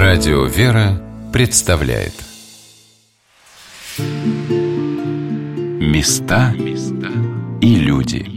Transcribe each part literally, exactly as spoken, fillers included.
Радио «Вера» представляет Места и люди.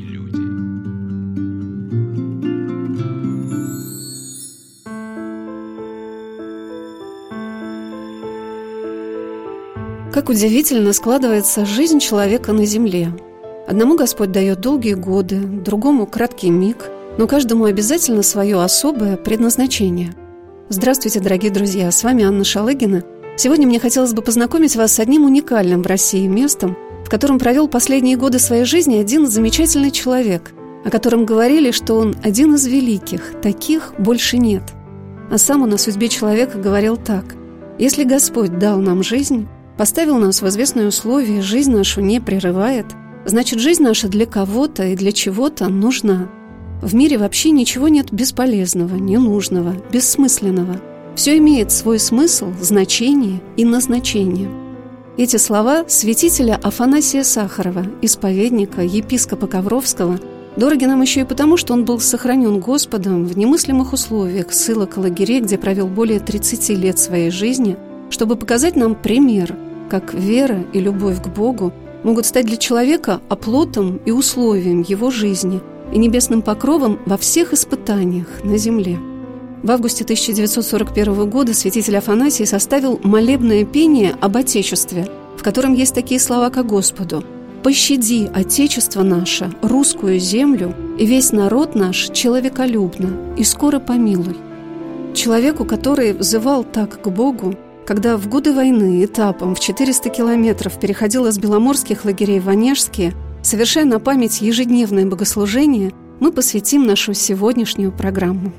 Как удивительно складывается жизнь человека на земле. Одному Господь дает долгие годы, другому краткий миг, но каждому обязательно свое особое предназначение. Здравствуйте, дорогие друзья, с вами Анна Шалыгина. Сегодня мне хотелось бы познакомить вас с одним уникальным в России местом, в котором провел последние годы своей жизни один замечательный человек, о котором говорили, что он один из великих, таких больше нет. А сам он о судьбе человека говорил так: «Если Господь дал нам жизнь, поставил нас в известные условия, жизнь нашу не прерывает, значит, жизнь наша для кого-то и для чего-то нужна. В мире вообще ничего нет бесполезного, ненужного, бессмысленного. Все имеет свой смысл, значение и назначение». Эти слова святителя Афанасия Сахарова, исповедника, епископа Ковровского, дороги нам еще и потому, что он был сохранен Господом в немыслимых условиях ссылок и лагерей, где провел более тридцати лет своей жизни, чтобы показать нам пример, как вера и любовь к Богу могут стать для человека оплотом и условием его жизни и небесным покровом во всех испытаниях на земле. В августе тысяча девятьсот сорок первого года святитель Афанасий составил молебное пение об Отечестве, в котором есть такие слова к Господу: «Пощади Отечество наше, русскую землю, и весь народ наш человеколюбно, и скоро помилуй». Человеку, который взывал так к Богу, когда в годы войны этапом в четыреста километров переходил из беломорских лагерей в Онежские, совершая на память ежедневное богослужение, мы посвятим нашу сегодняшнюю программу.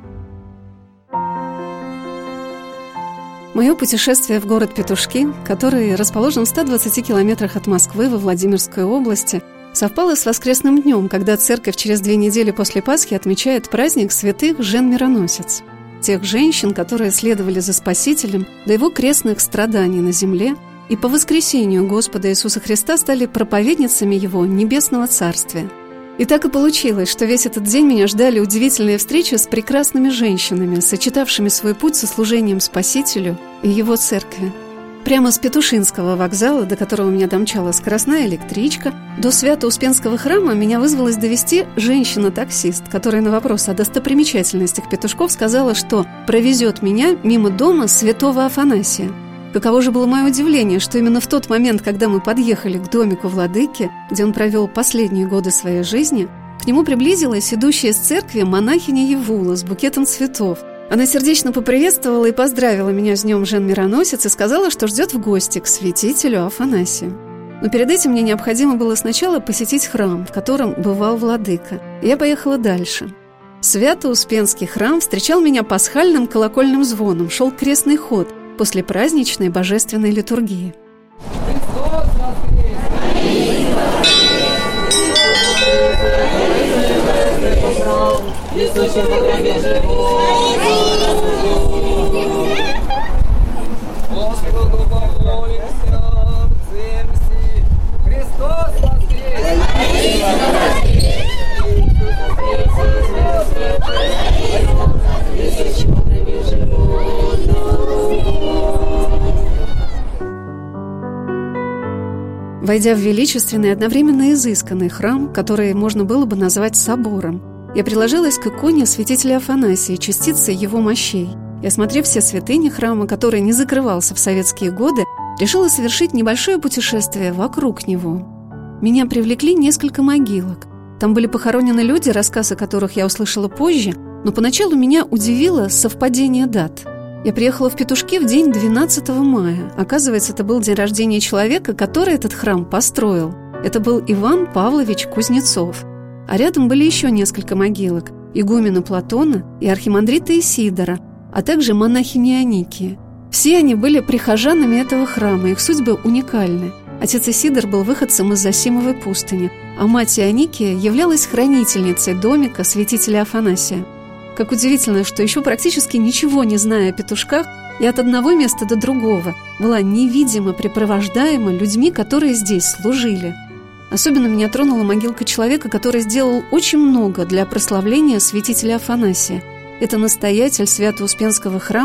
Мое путешествие в город Петушки, который расположен в ста двадцати километрах от Москвы во Владимирской области, совпало с воскресным днем, когда церковь через две недели после Пасхи отмечает праздник святых Жен-Мироносец, тех женщин, которые следовали за Спасителем до его крестных страданий на земле и по воскресению Господа Иисуса Христа стали проповедницами Его Небесного Царствия. И так и получилось, что весь этот день меня ждали удивительные встречи с прекрасными женщинами, сочетавшими свой путь со служением Спасителю и Его Церкви. Прямо с Петушинского вокзала, до которого меня домчала скоростная электричка, до Свято-Успенского храма меня вызвалась довести женщина-таксист, которая на вопрос о достопримечательностях Петушков сказала, что провезет меня мимо дома святого Афанасия. Каково же было мое удивление, что именно в тот момент, когда мы подъехали к домику владыки, где он провел последние годы своей жизни, к нему приблизилась идущая с церкви монахиня Евула с букетом цветов. Она сердечно поприветствовала и поздравила меня с днем Жен-Мироносец и сказала, что ждет в гости к святителю Афанасию. Но перед этим мне необходимо было сначала посетить храм, в котором бывал владыка. И я поехала дальше. Свято-Успенский храм встречал меня пасхальным колокольным звоном, шел крестный ход после праздничной божественной литургии. Христос Войдя в величественный, одновременно изысканный храм, который можно было бы назвать собором, я приложилась к иконе святителя Афанасия, частицы его мощей, и, осмотрев все святыни храма, который не закрывался в советские годы, решила совершить небольшое путешествие вокруг него. Меня привлекли несколько могилок. Там были похоронены люди, рассказ о которых я услышала позже, но поначалу меня удивило совпадение дат. Я приехала в Петушки в день двенадцатого мая. Оказывается, это был день рождения человека, который этот храм построил. Это был Иван Павлович Кузнецов. А рядом были еще несколько могилок: игумена Платона и архимандрита Исидора, а также монахини Аникии. Все они были прихожанами этого храма, их судьбы уникальны. Отец Исидор был выходцем из Зосимовой пустыни, а мать Аникия являлась хранительницей домика святителя Афанасия. Как удивительно, что еще практически ничего не зная о Петушках, я от одного места до другого была невидимо препровождаема людьми, которые здесь служили. Особенно меня тронула могилка человека, который сделал очень много для прославления святителя Афанасия. Это настоятель Свято-Успенского храма,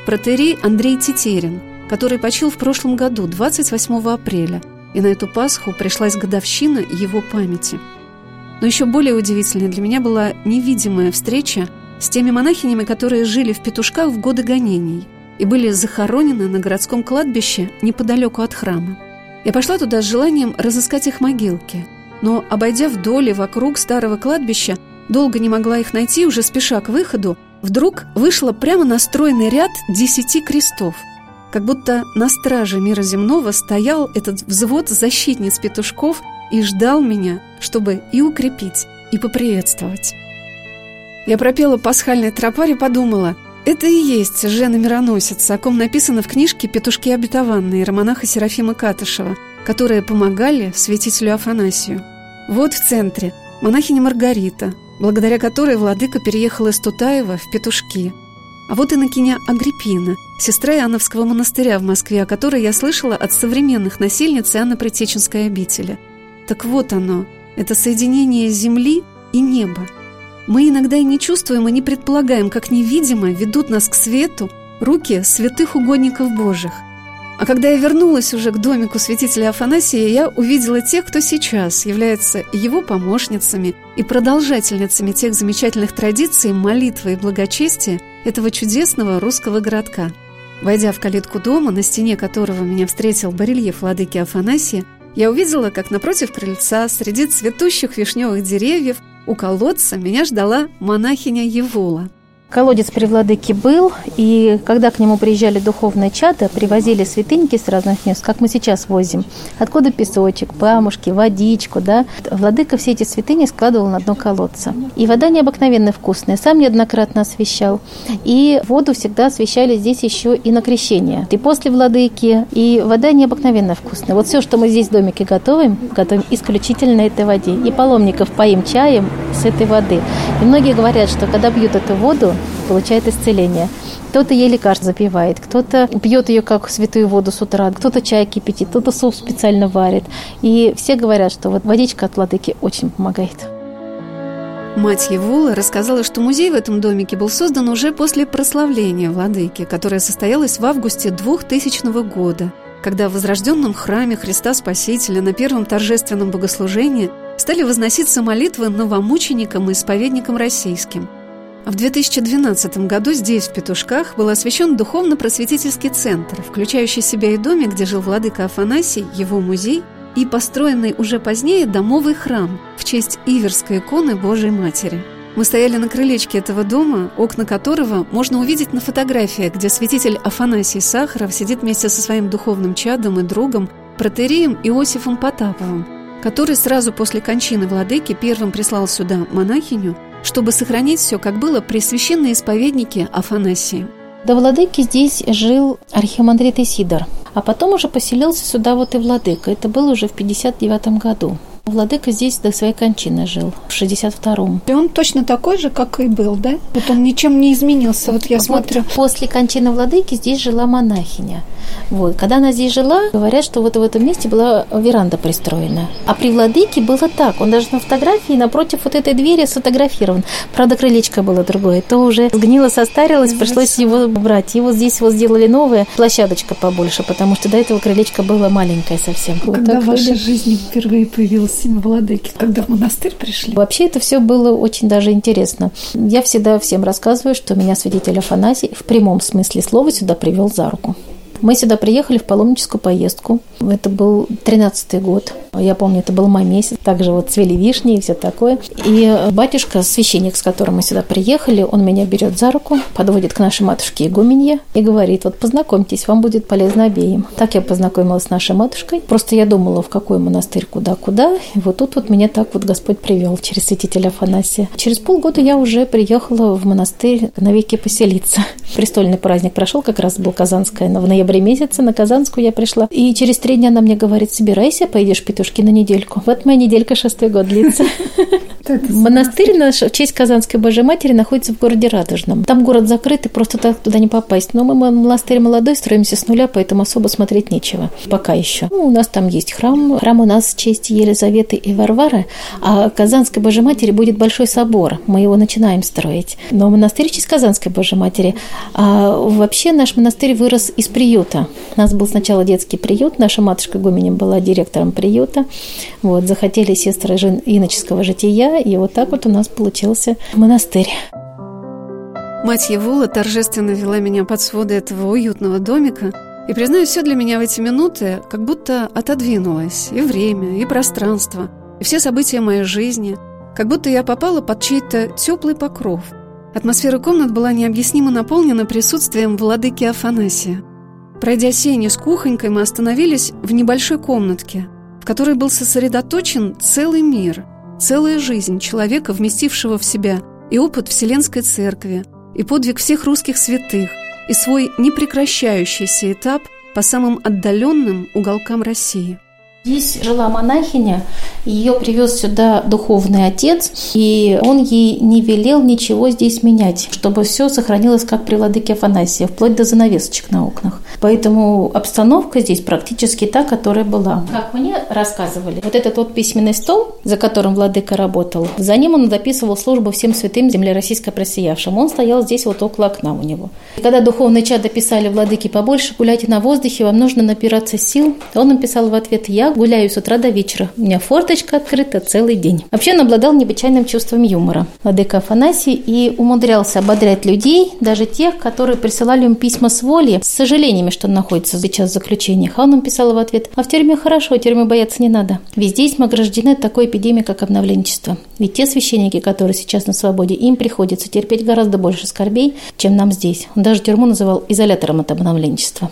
протоиерей Андрей Тетерин, который почил в прошлом году, двадцать восьмого апреля, и на эту Пасху пришлась годовщина его памяти. Но еще более удивительной для меня была невидимая встреча с теми монахинями, которые жили в Петушках в годы гонений и были захоронены на городском кладбище неподалеку от храма. Я пошла туда с желанием разыскать их могилки, но, обойдя вдоль и вокруг старого кладбища, долго не могла их найти, уже спеша к выходу, вдруг вышла прямо на стройный ряд десяти крестов. Как будто на страже мира земного стоял этот взвод защитниц петушков и ждал меня, чтобы и укрепить, и поприветствовать. Я пропела пасхальной тропарь и подумала, это и есть жена-мироносица, о ком написано в книжке «Петушки обетованные» романаха Серафима Катышева, которые помогали святителю Афанасию. Вот в центре монахиня Маргарита, благодаря которой владыка переехал из Тутаева в Петушки. А вот инокиня Агриппина, сестра Иоанновского монастыря в Москве, о которой я слышала от современных насельниц Иоанно-Предтеченской обители. Так вот оно, это соединение земли и неба. Мы иногда и не чувствуем, и не предполагаем, как невидимо ведут нас к свету руки святых угодников Божьих. А когда я вернулась уже к домику святителя Афанасия, я увидела тех, кто сейчас является его помощницами и продолжательницами тех замечательных традиций молитвы и благочестия этого чудесного русского городка. Войдя в калитку дома, на стене которого меня встретил барельеф владыки Афанасия, я увидела, как напротив крыльца, среди цветущих вишневых деревьев, у колодца меня ждала монахиня Евула. Колодец при владыке был, и когда к нему приезжали духовные чада, привозили святыньки с разных мест, как мы сейчас возим. Откуда песочек, камушки, водичку, да. Владыка все эти святыни складывал на дно колодца. И вода необыкновенно вкусная, сам неоднократно освящал. И воду всегда освящали здесь еще и на крещение. И после владыки, и вода необыкновенно вкусная. Вот все, что мы здесь в домике готовим, готовим исключительно на этой воде. И паломников поим чаем с этой воды. И многие говорят, что когда пьют эту воду, получает исцеление. Кто-то ей лекарств запивает, кто-то пьет ее как святую воду с утра, кто-то чай кипятит, кто-то суп специально варит. И все говорят, что вот водичка от владыки очень помогает. Мать Евула рассказала, что музей в этом домике был создан уже после прославления владыки, которое состоялось в августе двухтысячного года, когда в возрожденном храме Христа Спасителя на первом торжественном богослужении стали возноситься молитвы новомученикам и исповедникам российским. В две тысячи двенадцатом году здесь, в Петушках, был освящен духовно-просветительский центр, включающий в себя и домик, где жил владыка Афанасий, его музей, и построенный уже позднее домовый храм в честь Иверской иконы Божией Матери. Мы стояли на крылечке этого дома, окна которого можно увидеть на фотографиях, где святитель Афанасий Сахаров сидит вместе со своим духовным чадом и другом, протоиереем Иосифом Потаповым, который сразу после кончины владыки первым прислал сюда монахиню, чтобы сохранить все, как было при священной исповеднике Афанасии. До владыки здесь жил архимандрит Исидор, а потом уже поселился сюда вот и владыка. Это было уже в пятьдесят девятом году. Владыка здесь до своей кончины жил, в шестьдесят втором. И он точно такой же, как и был, да? Вот он ничем не изменился, вот я вот смотрю. После кончины владыки здесь жила монахиня. Вот. Когда она здесь жила, говорят, что вот в этом месте была веранда пристроена. А при владыке было так, он даже на фотографии напротив вот этой двери сфотографирован. Правда, крылечко было другое, то уже сгнило, состарилось, пришлось его брать. И вот здесь вот сделали новое, площадочка побольше, потому что до этого крылечко было маленькое совсем. Когда вот в вашей люди... жизни впервые появилась владыки, когда в монастырь пришли? Вообще это все было очень даже интересно. Я всегда всем рассказываю, что меня святитель Афанасий в прямом смысле слова сюда привел за руку. Мы сюда приехали в паломническую поездку. Это был тринадцатый год. Я помню, это был май месяц. Также вот цвели вишни и все такое. И батюшка, священник, с которым мы сюда приехали, он меня берет за руку, подводит к нашей матушке игуменье и говорит: вот познакомьтесь, вам будет полезно обеим. Так я познакомилась с нашей матушкой. Просто я думала, в какой монастырь, куда-куда. И вот тут вот меня так вот Господь привел через святителя Афанасия. Через полгода я уже приехала в монастырь навеки поселиться. Престольный праздник прошел, как раз был Казанская, в ноябре месяце на Казанскую я пришла. И через три дня она мне говорит: собирайся, поедешь в Петушки на недельку. Вот моя неделька шестой год длится. это Монастырь наш в честь Казанской Божьей Матери находится в городе Радужном. Там город закрытый, просто так туда не попасть. Но мы монастырь молодой, строимся с нуля, поэтому особо смотреть нечего. Пока еще. Ну, у нас там есть храм. Храм у нас в честь Елизаветы и Варвары, а Казанской Божьей Матери будет большой собор. Мы его начинаем строить. Но монастырь в честь Казанской Божьей Матери. А вообще наш монастырь вырос из приюта. У нас был сначала детский приют. Наша матушка Гуменем была директором приюта. Вот, захотели сестры иноческого жития, и вот так вот у нас получился монастырь. Мать Евула торжественно вела меня под своды этого уютного домика, и, признаюсь, все для меня в эти минуты как будто отодвинулось. И время, и пространство, и все события моей жизни. Как будто я попала под чей-то теплый покров. Атмосфера комнат была необъяснимо наполнена присутствием владыки Афанасия. Пройдя сени с кухонькой, мы остановились в небольшой комнатке, в которой был сосредоточен целый мир, целая жизнь человека, вместившего в себя и опыт Вселенской Церкви, и подвиг всех русских святых, и свой непрекращающийся этап по самым отдаленным уголкам России. Здесь жила монахиня, ее привез сюда духовный отец, и он ей не велел ничего здесь менять, чтобы все сохранилось как при владыке Афанасия, вплоть до занавесочек на окнах. Поэтому обстановка здесь практически та, которая была. Как мне рассказывали, вот этот вот письменный стол, за которым владыка работал, за ним он записывал службу всем святым земле российской просиявшим. Он стоял здесь вот около окна у него. И когда духовные чада писали владыке: побольше гуляйте на воздухе, вам нужно набираться сил, он написал в ответ: я гуляю с утра до вечера. У меня форточка открыта целый день. Вообще он обладал необычайным чувством юмора, владыка Афанасий, и умудрялся ободрять людей, даже тех, которые присылали ему письма с воли, с сожалениями, что он находится сейчас в заключениях. А он им писал в ответ: а в тюрьме хорошо, тюрьмы бояться не надо. Ведь здесь мы ограждены от такой эпидемии, как обновленчество. Ведь те священники, которые сейчас на свободе, им приходится терпеть гораздо больше скорбей, чем нам здесь. Он даже тюрьму называл изолятором от обновленчества.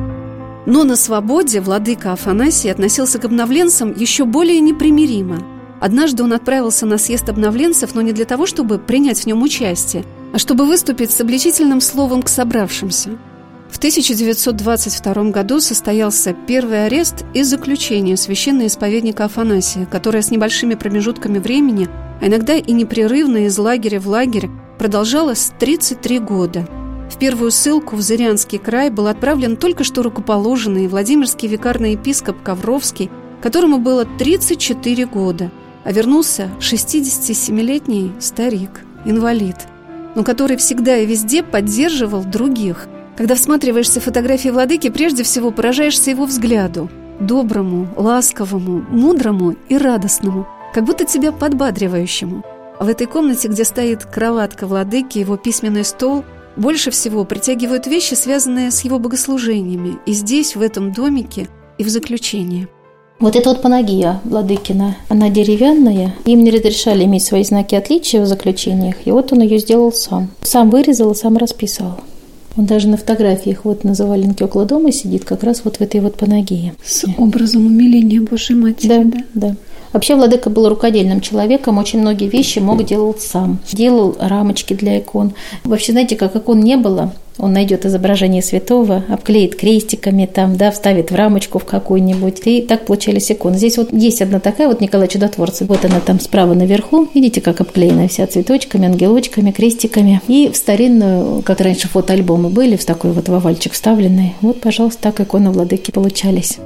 Но на свободе владыка Афанасий относился к обновленцам еще более непримиримо. Однажды он отправился на съезд обновленцев, но не для того, чтобы принять в нем участие, а чтобы выступить с обличительным словом к собравшимся. В тысяча девятьсот двадцать втором году состоялся первый арест и заключение священноисповедника Афанасия, которое с небольшими промежутками времени, а иногда и непрерывно из лагеря в лагерь, продолжалось тридцать три года. В первую ссылку в Зырянский край был отправлен только что рукоположенный Владимирский викарный епископ Ковровский, которому было тридцать четыре года, а вернулся шестидесятисемилетний старик, инвалид, но который всегда и везде поддерживал других. Когда всматриваешься в фотографии владыки, прежде всего поражаешься его взгляду, доброму, ласковому, мудрому и радостному, как будто тебя подбадривающему. А в этой комнате, где стоит кроватка владыки, его письменный стол, больше всего притягивают вещи, связанные с его богослужениями, и здесь, в этом домике, и в заключении. Вот эта вот Панагия Владыкина, она деревянная, им не разрешали иметь свои знаки отличия в заключениях, и вот он ее сделал сам. Сам вырезал и сам расписал. Он даже на фотографиях вот на заваленке около дома сидит, как раз вот в этой вот Панагии. С образом умиления Божьей Матери, да? Да, да. Вообще владыка был рукодельным человеком, очень многие вещи мог делать сам. Делал рамочки для икон. Вообще, знаете, как икон не было, он найдет изображение святого, обклеит крестиками, там, да, вставит в рамочку в какую-нибудь. И так получались иконы. Здесь вот есть одна такая вот Николай Чудотворца. Вот она там справа наверху. Видите, как обклеена вся цветочками, ангелочками, крестиками. И в старинную, как раньше фотоальбомы были, в такой вот овальчик вставленный. Вот, пожалуйста, так иконы владыки получались.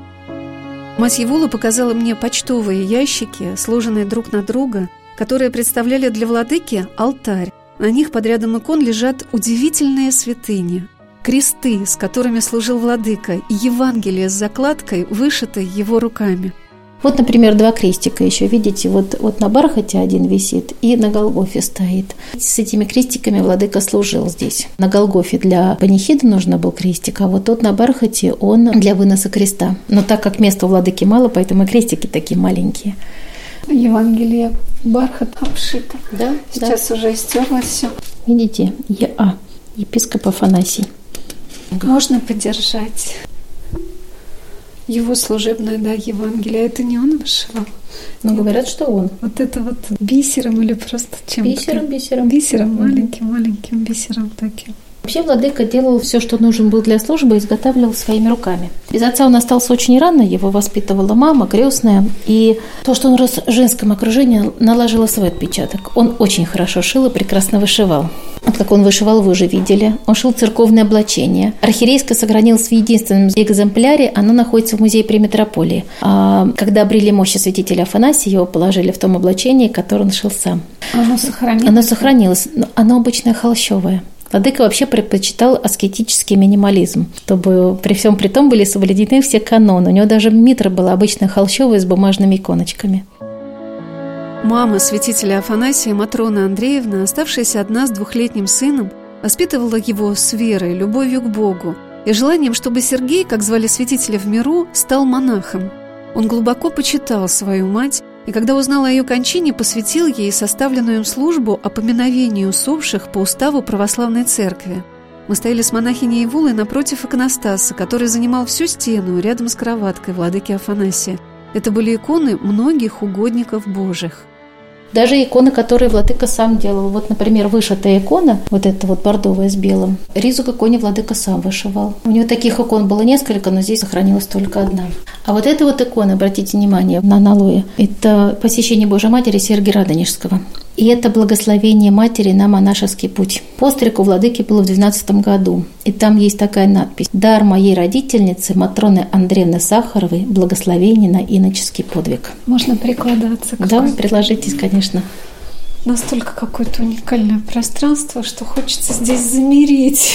Мать Евула показала мне почтовые ящики, сложенные друг на друга, которые представляли для владыки алтарь. На них под рядом икон лежат удивительные святыни. Кресты, с которыми служил владыка, и Евангелие с закладкой, вышитой его руками. Вот, например, два крестика еще, видите, вот, вот на бархате один висит и на Голгофе стоит. С этими крестиками владыка служил здесь. На Голгофе для панихиды нужен был крестик, а вот тот на бархате он для выноса креста. Но так как места у владыки мало, поэтому и крестики такие маленькие. Евангелие бархат обшито. Да, Сейчас да. уже истерлось все. Видите, Е.А. епископ Афанасий. Можно подержать. Его служебное, да, Евангелие, это не он вышивал? Но Нет. говорят, что он. Вот это вот бисером или просто чем-то? Бисером, бисером. Бисером, маленьким-маленьким бисером таким. Вообще владыка делал все, что нужен был для службы, изготавливал своими руками. Без отца он остался очень рано, его воспитывала мама, крестная. И то, что он рос в женском окружении, наложило свой отпечаток. Он очень хорошо шил и прекрасно вышивал. Вот как он вышивал, вы уже видели. Он шил церковное облачение. Архиерейское сохранилось в единственном экземпляре, оно находится в музее при Метрополии. А когда обрели мощи святителя Афанасия, его положили в том облачении, которое он шил сам. Оно сохранилось? Оно сохранилось, но оно обычно холщовое. Владыка вообще предпочитал аскетический минимализм, чтобы при всем при том были соблюдены все каноны. У него даже митра была обычно холщовая с бумажными иконочками. Мама святителя Афанасия, Матрона Андреевна, оставшаяся одна с двухлетним сыном, воспитывала его с верой, любовью к Богу и желанием, чтобы Сергей, как звали святителя в миру, стал монахом. Он глубоко почитал свою мать, и когда узнал о ее кончине, посвятил ей составленную им службу о поминовении усопших по уставу православной церкви. Мы стояли с монахиней Ивулой напротив иконостаса, который занимал всю стену рядом с кроваткой владыки Афанасия. Это были иконы многих угодников Божьих. Даже иконы, которые владыка сам делал. Вот, например, вышитая икона, вот эта вот бордовая с белым, ризу к иконе владыка сам вышивал. У него таких икон было несколько, но здесь сохранилась только одна. А вот эта вот икона, обратите внимание, на аналое, это посещение Божьей Матери Сергия Радонежского. И это благословение матери на монашеский путь. Постриг у владыки было в двенадцатом году. И там есть такая надпись: «Дар моей родительницы Матроны Андреевны Сахаровой, благословение на иноческий подвиг». Можно прикладаться к Да, этому. приложитесь, конечно. Настолько какое-то уникальное пространство, что хочется здесь замереть.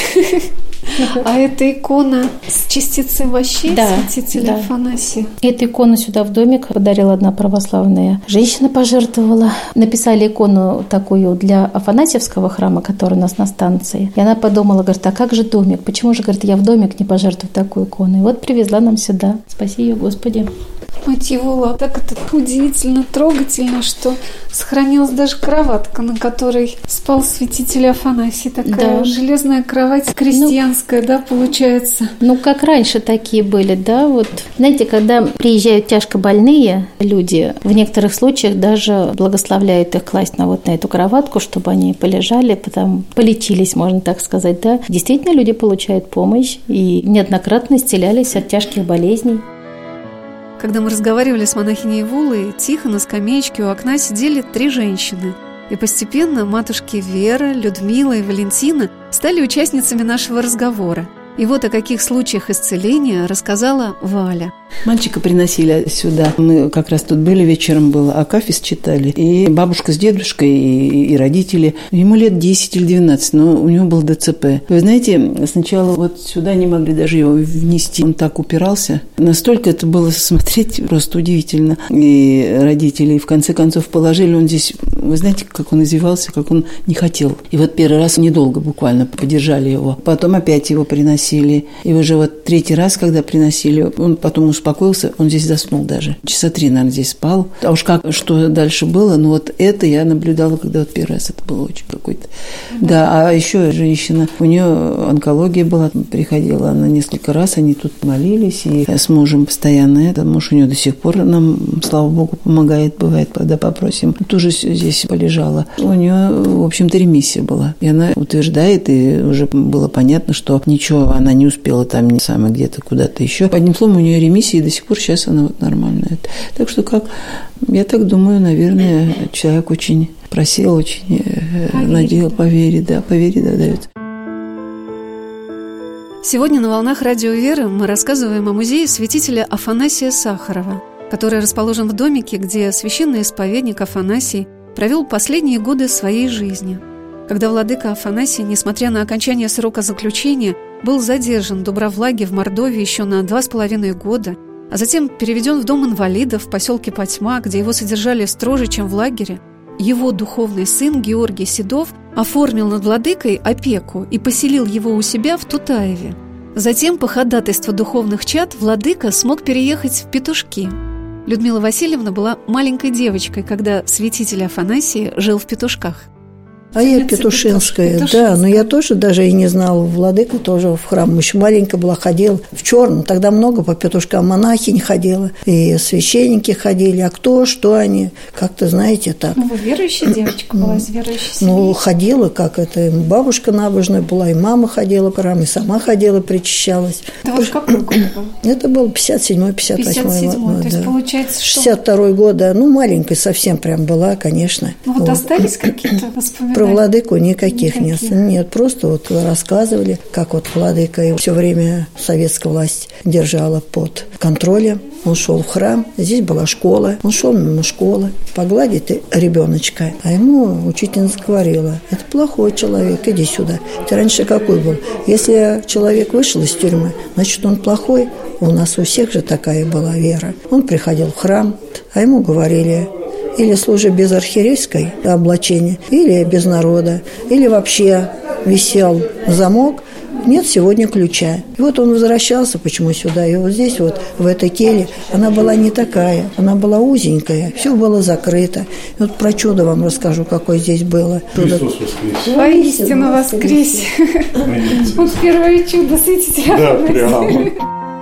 А это икона с частицей мощей Да, святителя да. Афанасия. Эту икону сюда в домик подарила одна православная женщина, пожертвовала. Написали икону такую для Афанасьевского храма, который у нас на станции. И она подумала, говорит, а как же домик? Почему же, говорит, я в домик не пожертвую такую икону? И вот привезла нам сюда. Спаси ее, Господи. Мать Ивула, так это удивительно, трогательно, что сохранилась даже кроватка, на которой спал святитель Афанасий. Такая Да. железная кровать крестьянская, ну, да, получается. Ну, как раньше такие были, да, вот. Знаете, когда приезжают тяжко больные люди, в некоторых случаях даже благословляют их класть на вот на эту кроватку, чтобы они полежали, потом полечились, можно так сказать, да. Действительно, люди получают помощь и неоднократно исцелялись от тяжких болезней. Когда мы разговаривали с монахиней Ивулой, тихо на скамеечке у окна сидели три женщины. И постепенно матушки Вера, Людмила и Валентина стали участницами нашего разговора. И вот о каких случаях исцеления рассказала Валя. Мальчика приносили сюда. Мы как раз тут были, вечером было, акафист читали. И бабушка с дедушкой, и, и родители. Ему лет десять или двенадцать, но у него был ДЦП. Вы знаете, сначала вот сюда не могли даже его внести. Он так упирался. Настолько это было смотреть просто удивительно. И родители в конце концов положили. Он здесь, вы знаете, как он извивался, как он не хотел. И вот первый раз недолго буквально подержали его. Потом опять его приносили. И уже вот третий раз, когда приносили, он потом успокоился, он здесь заснул даже. Часа три, наверное, здесь спал. А уж как, что дальше было, ну вот это я наблюдала, когда вот первый раз это было очень какой-то. Да, а еще женщина, у нее онкология была, приходила она несколько раз, они тут молились, и с мужем постоянно это. Муж у нее до сих пор нам, слава богу, помогает, бывает, когда попросим. Тоже здесь полежала. У нее, в общем-то, ремиссия была. И она утверждает, и уже было понятно, что ничего она не успела там не самое где-то куда-то еще. Одним словом, у нее ремиссия, и до сих пор сейчас она вот нормальная. Так что как, я так думаю, наверное, человек очень просил, очень надеялся, поверить, да, поверить, да, дает. Сегодня на «Волнах Радио Веры» мы рассказываем о музее святителя Афанасия Сахарова, который расположен в домике, где священный исповедник Афанасий провел последние годы своей жизни. Когда владыка Афанасий, несмотря на окончание срока заключения, был задержан в Дубровлаге в Мордовии еще на два с половиной года, а затем переведен в дом инвалидов в поселке Потьма, где его содержали строже, чем в лагере, его духовный сын Георгий Седов оформил над владыкой опеку и поселил его у себя в Тутаеве. Затем, по ходатайству духовных чад, владыка смог переехать в Петушки. Людмила Васильевна была маленькой девочкой, когда святитель Афанасий жил в Петушках. А я Петушинская, Петушинская, да, но я тоже даже и не знала, владыка тоже в храм. Еще маленькая была, ходила в черном. Тогда много по петушкам монахинь ходила, и священники ходили. А кто, что они, как-то, знаете, так. Ну, вы верующая девочка была, из верующей семьи? Ну, ходила, как это, бабушка набожная была, и мама ходила в храм, и сама ходила, причащалась. Это вот какой год был? Это был пятьдесят седьмой пятьдесят восьмой год. пятьдесят седьмой, да. То есть, получается, что... шестьдесят второй год, да, ну, маленькая совсем прям была, конечно. Ну, вот, вот. Остались какие-то воспоминания? Про владыку никаких, никаких. нет. Нет, просто вот рассказывали, как вот владыка все время советская власть держала под контролем. Он шел в храм, здесь была школа, он шел мимо школы, погладить ребеночка. А ему учительница говорила: это плохой человек, иди сюда. Ты раньше какой был? Если человек вышел из тюрьмы, значит, он плохой. У нас у всех же такая была вера. Он приходил в храм, а ему говорили: или служи без архиерейской облачения, или без народа, или вообще висел замок, нет сегодня ключа. И вот он возвращался, почему сюда, и вот здесь вот, в этой келье, она была не такая, она была узенькая, все было закрыто. И вот про чудо вам расскажу, какое здесь было. Христос воскрес. Воистину воскрес. Вот первое чудо святителя. Да, прямо.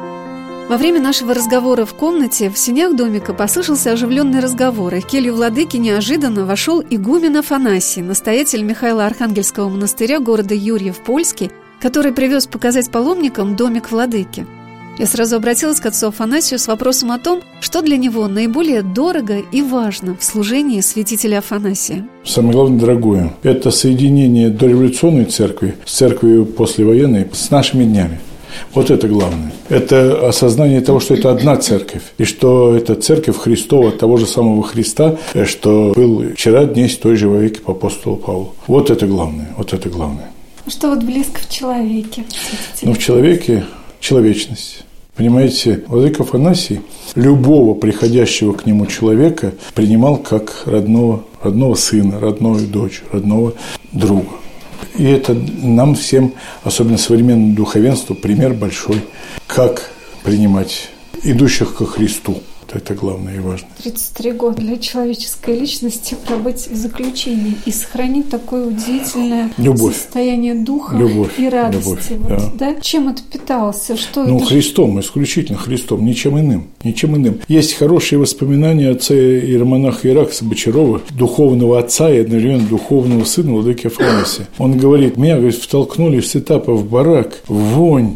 Во время нашего разговора в комнате в сенях домика послышался оживленный разговор, и в келью владыки неожиданно вошел игумен Афанасий, настоятель Михаила-Архангельского монастыря города Юрьев-Польский, который привез показать паломникам домик владыки. Я сразу обратилась к отцу Афанасию с вопросом о том, что для него наиболее дорого и важно в служении святителя Афанасия. Самое главное, дорогое, это соединение дореволюционной церкви с церковью послевоенной, с нашими днями. Вот это главное. Это осознание того, что это одна церковь, и что это церковь Христова, того же самого Христа, что был вчера, днесь, той же во веки по апостолу Павлу. Вот это главное, вот это главное. Что вот близко в человеке? Ну, в человеке человечность. Понимаете, владыка Афанасий любого приходящего к нему человека принимал как родного, родного сына, родную дочь, родного друга. И это нам всем, особенно современному духовенству, пример большой, как принимать идущих ко Христу. Это главное и важно. тридцать три года для человеческой личности пробыть в заключении и сохранить такое удивительное любовь. Состояние духа любовь. и радости. Любовь, вот, да. Да? Чем это питался? Что ну, это... Христом, исключительно Христом, ничем иным. Ничем иным. Есть хорошие воспоминания отца иеромонаха Иракса Бочарова, духовного отца и одновременно духовного сына владыки Афанасия. Он говорит: меня, говорит, втолкнули с этапа в барак, вонь,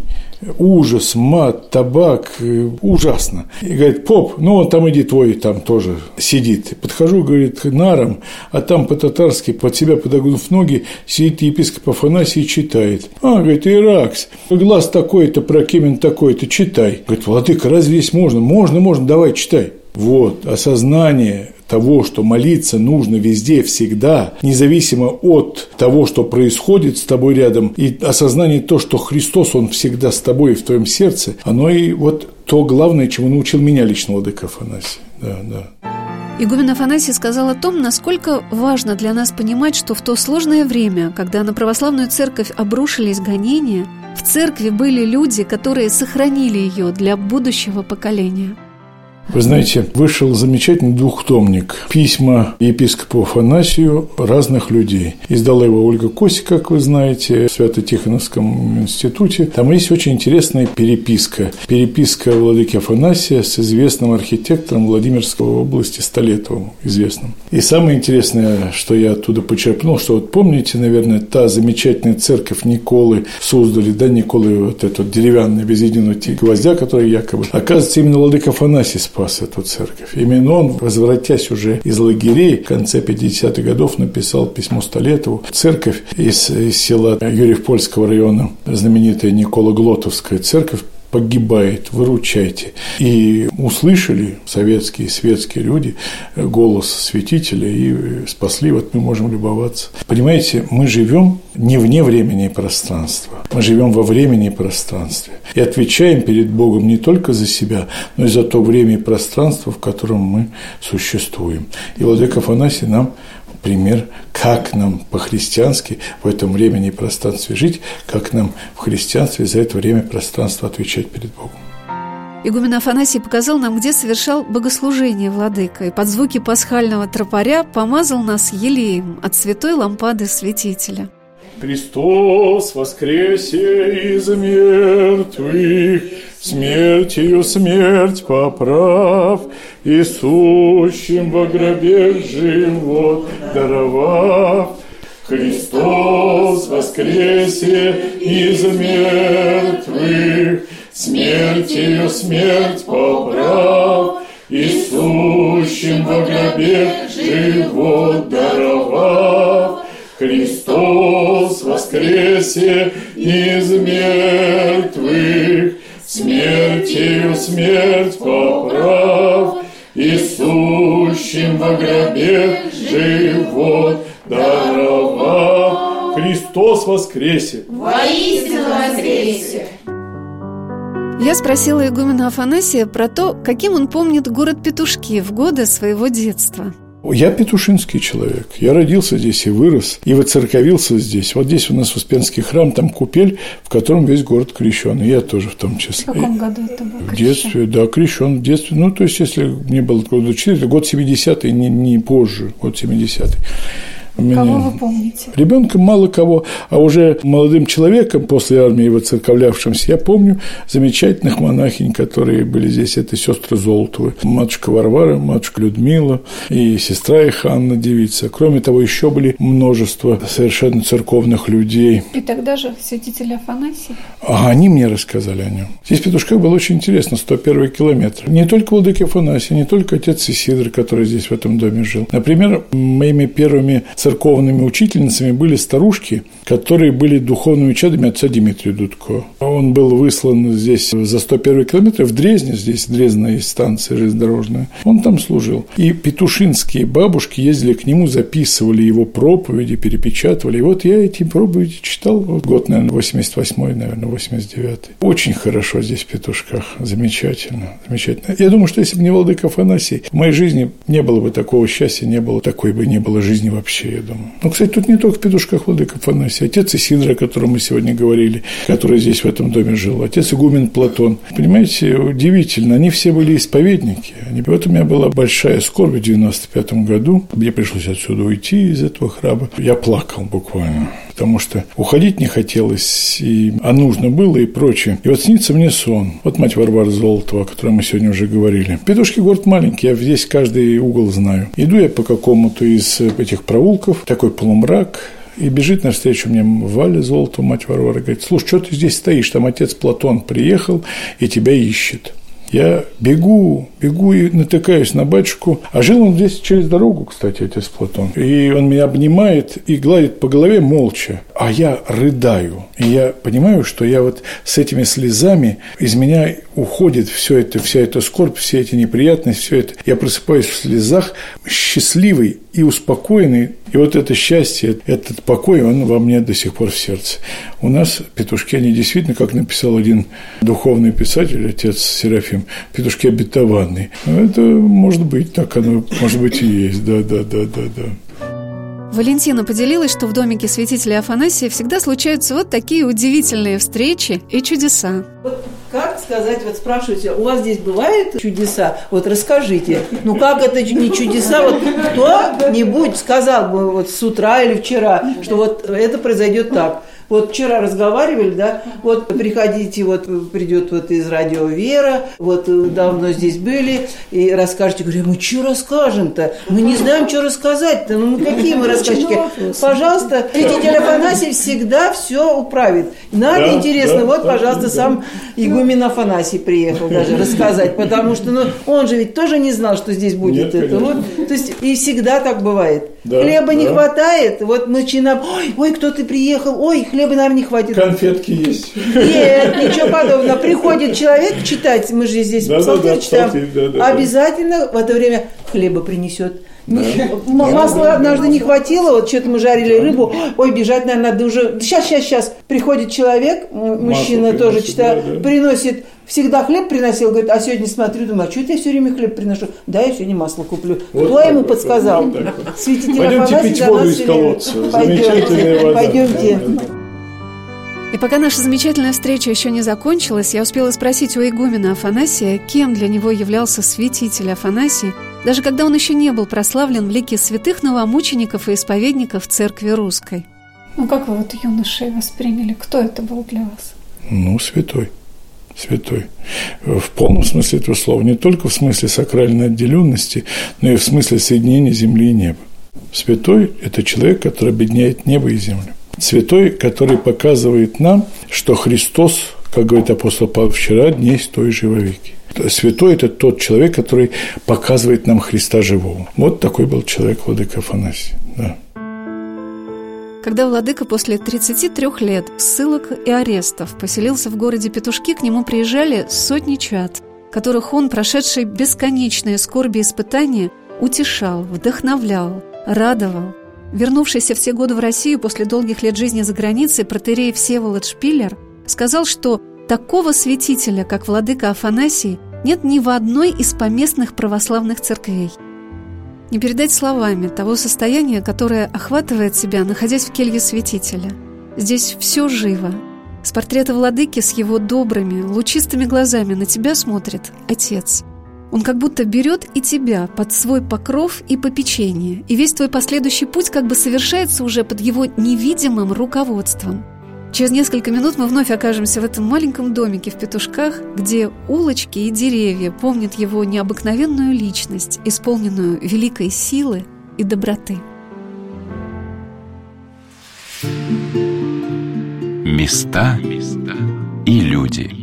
ужас, мат, табак, ужасно. И говорит: поп, ну он там иди твой, там тоже сидит. Подхожу, говорит, к нарам, а там по-татарски, под себя подогнув ноги, сидит епископ Афанасий и читает. А, говорит, Иракс, глаз такой-то, прокимен такой-то, читай. Говорит: владыка, разве здесь можно? Можно, можно, давай, читай. Вот, осознание того, что молиться нужно везде, всегда, независимо от того, что происходит с тобой рядом, и осознание того, что Христос, Он всегда с тобой и в твоем сердце, оно и вот то главное, чему научил меня лично владыка Афанасий. Да, да. Игумен Афанасий сказал о том, насколько важно для нас понимать, что в то сложное время, когда на православную церковь обрушились гонения, в церкви были люди, которые сохранили ее для будущего поколения. Вы знаете, вышел замечательный двухтомник «Письма епископу Афанасию разных людей». Издала его Ольга Коси, как вы знаете, в Свято-Тихоновском институте. Там есть очень интересная переписка. Переписка владыки Афанасия с известным архитектором Владимирской области Столетовым, известным. И самое интересное, что я оттуда почерпнул, что вот помните, наверное, та замечательная церковь Николы в Суздале, да, Николы, вот эта деревянная, без единого гвоздя, которая якобы, оказывается, именно владыка Афанасий спас эту церковь. Именно он, возвратясь уже из лагерей, в конце пятидесятых годов написал письмо Столетову. Церковь из, из села Юрьев-Польского района, знаменитая Никола-Глотовская церковь, погибает, выручайте. И услышали советские, светские люди голос святителя и спасли, вот мы можем любоваться. Понимаете, мы живем не вне времени и пространства, мы живем во времени и пространстве. И отвечаем перед Богом не только за себя, но и за то время и пространство, в котором мы существуем. И владыка Афанасий нам пример, как нам по-христиански в этом времени и пространстве жить, как нам в христианстве за это время и пространство отвечать перед Богом. Игумен Афанасий показал нам, где совершал богослужение владыка, и под звуки пасхального тропаря помазал нас елеем от святой лампады святителя. Христос воскресе из мертвых, смертью смерть поправ, и сущим во гробе живот даровав. Христос воскресе из мертвых, смертью смерть поправ, и сущим во гробе живот даровав. Христос воскресе из мертвых, смертью смерть поправ, и сущим во гробе живот даровав. Христос воскресе! Воистину воскресе! Я спросила игумена Афанасия про то, каким он помнит город Петушки в годы своего детства. Я петушинский человек. Я родился здесь и вырос, и воцерковился здесь. Вот здесь у нас Успенский храм, там купель, в котором весь город крещен. И я тоже в том числе. В каком году это было? В детстве, да, крещен в детстве. Ну, то есть, если мне было года четыре, год семидесятый, не, не позже, год семидесятый. Кого вы помните? Ребенком мало кого, а уже молодым человеком после армии воцерковлявшимся я помню замечательных монахинь, которые были здесь. Это сестры Золотовы, матушка Варвара, матушка Людмила и сестра их Анна Девица. Кроме того, еще были множество совершенно церковных людей. И тогда же святитель Афанасий? А они мне рассказали о нем. Здесь в Петушках было очень интересно, сто первый километр. Не только владыка Афанасий, не только отец Исидор, который здесь в этом доме жил. Например, моими первыми церковными учительницами были старушки, которые были духовными чадами отца Дмитрия Дудко. Он был выслан здесь за сто первый километр в Дрезне, здесь Дрезная есть станция железнодорожная. Он там служил. И петушинские бабушки ездили к нему, записывали его проповеди, перепечатывали. И вот я эти проповеди читал. Вот год, наверное, восемьдесят восьмой, наверное, восемьдесят девятый. Очень хорошо здесь в Петушках. Замечательно. Замечательно. Я думаю, что если бы не владыка Афанасий, в моей жизни не было бы такого счастья, не было такой бы не было жизни вообще, я думаю. Ну, кстати, тут не только в Петушках владыка Афанасий. Отец Исидор, о котором мы сегодня говорили, который здесь в этом доме жил. Отец игумен Платон. Понимаете, удивительно. Они все были исповедники. Вот у меня была большая скорбь в девяносто пятом году. Мне пришлось отсюда уйти из этого храма. Я плакал буквально. Потому что уходить не хотелось, и, а нужно было, и прочее. И вот снится мне сон. Вот мать Варвара Золотова, о которой мы сегодня уже говорили. Петушки город маленький, я здесь каждый угол знаю. Иду я по какому-то из этих проулков, такой полумрак, и бежит навстречу мне Валя Золотова, мать Варвара, говорит: слушай, что ты здесь стоишь, там отец Платон приехал и тебя ищет. Я бегу, бегу и натыкаюсь на батюшку. А жил он здесь через дорогу, кстати, отец Платон. И он меня обнимает и гладит по голове молча. А я рыдаю. И я понимаю, что я вот с этими слезами, из меня уходит все это, вся эта скорбь, все эти неприятности, все это. Я просыпаюсь в слезах, счастливый и успокоенный. И вот это счастье, этот покой, он во мне до сих пор в сердце. У нас петушки, они действительно, как написал один духовный писатель, отец Серафим, петушки обетованные. Ну, это может быть, так оно, может быть, и есть, да, да, да, да, да. Валентина поделилась, что в домике святителя Афанасия всегда случаются вот такие удивительные встречи и чудеса. Вот как сказать, вот спрашиваете, у вас здесь бывают чудеса? Вот расскажите. Ну как это не чудеса? Вот кто-нибудь сказал бы вот с утра или вчера, что вот это произойдет так. Вот вчера разговаривали, да, вот приходите, вот придет вот из радио Вера, вот давно здесь были, и расскажете, говорю, мы что расскажем-то? Мы не знаем, что рассказать-то, ну какие мы рассказчики? Пожалуйста, святитель Афанасий всегда все управит. Надо, да, интересно, да, вот, да, пожалуйста, да. Сам игумен Афанасий приехал даже рассказать, потому что, ну, он же ведь тоже не знал, что здесь будет. Нет, это. Вот, то есть, и всегда так бывает. Да, хлеба да. не хватает, вот начинаем, ой, ой, кто ты приехал, ой, хлеба, наверное, не хватит. Конфетки есть. Нет, ничего подобного. Приходит человек читать, мы же здесь да, псалтырь да, да, читаем, псалтырь, да, да, обязательно в это время хлеба принесет. Да. Масла однажды не хватило, вот что-то мы жарили рыбу, ой, бежать, наверное, надо уже. Сейчас, сейчас, сейчас. Приходит человек, мужчина масло тоже читает, да, да. приносит, всегда хлеб приносил, говорит, а сегодня смотрю, думаю, а что я все время хлеб приношу? Да, я сегодня масло куплю. Вот кто ему вот, подсказал? Вот, вот, вот. Святитель Афанасий за нас все время. Пойдемте, пойдемте. И пока наша замечательная встреча еще не закончилась, я успела спросить у игумена Афанасия, кем для него являлся святитель Афанасий, даже когда он еще не был прославлен в лике святых новомучеников и исповедников Церкви Русской. Ну как вы вот юношей восприняли? Кто это был для вас? Ну, святой. Святой. В полном смысле этого слова. Не только в смысле сакральной отделенности, но и в смысле соединения земли и неба. Святой – это человек, который объединяет небо и землю. Святой, который показывает нам, что Христос, как говорит апостол Павел, вчера, дней той же во веки. Святой – это тот человек, который показывает нам Христа живого. Вот такой был человек владыка Афанасий. Да. Когда владыка после тридцати трёх лет ссылок и арестов поселился в городе Петушки, к нему приезжали сотни чад, которых он, прошедший бесконечные скорби и испытания, утешал, вдохновлял, радовал. Вернувшийся в те годы в Россию после долгих лет жизни за границей протоиерей Всеволод Шпиллер сказал, что такого святителя, как владыка Афанасий, нет ни в одной из поместных православных церквей. Не передать словами того состояния, которое охватывает себя, находясь в келье святителя. Здесь все живо. С портрета владыки с его добрыми, лучистыми глазами на тебя смотрит Отец. Он как будто берет и тебя под свой покров и попечение, и весь твой последующий путь как бы совершается уже под его невидимым руководством. Через несколько минут мы вновь окажемся в этом маленьком домике в Петушках, где улочки и деревья помнят его необыкновенную личность, исполненную великой силы и доброты. Места и люди.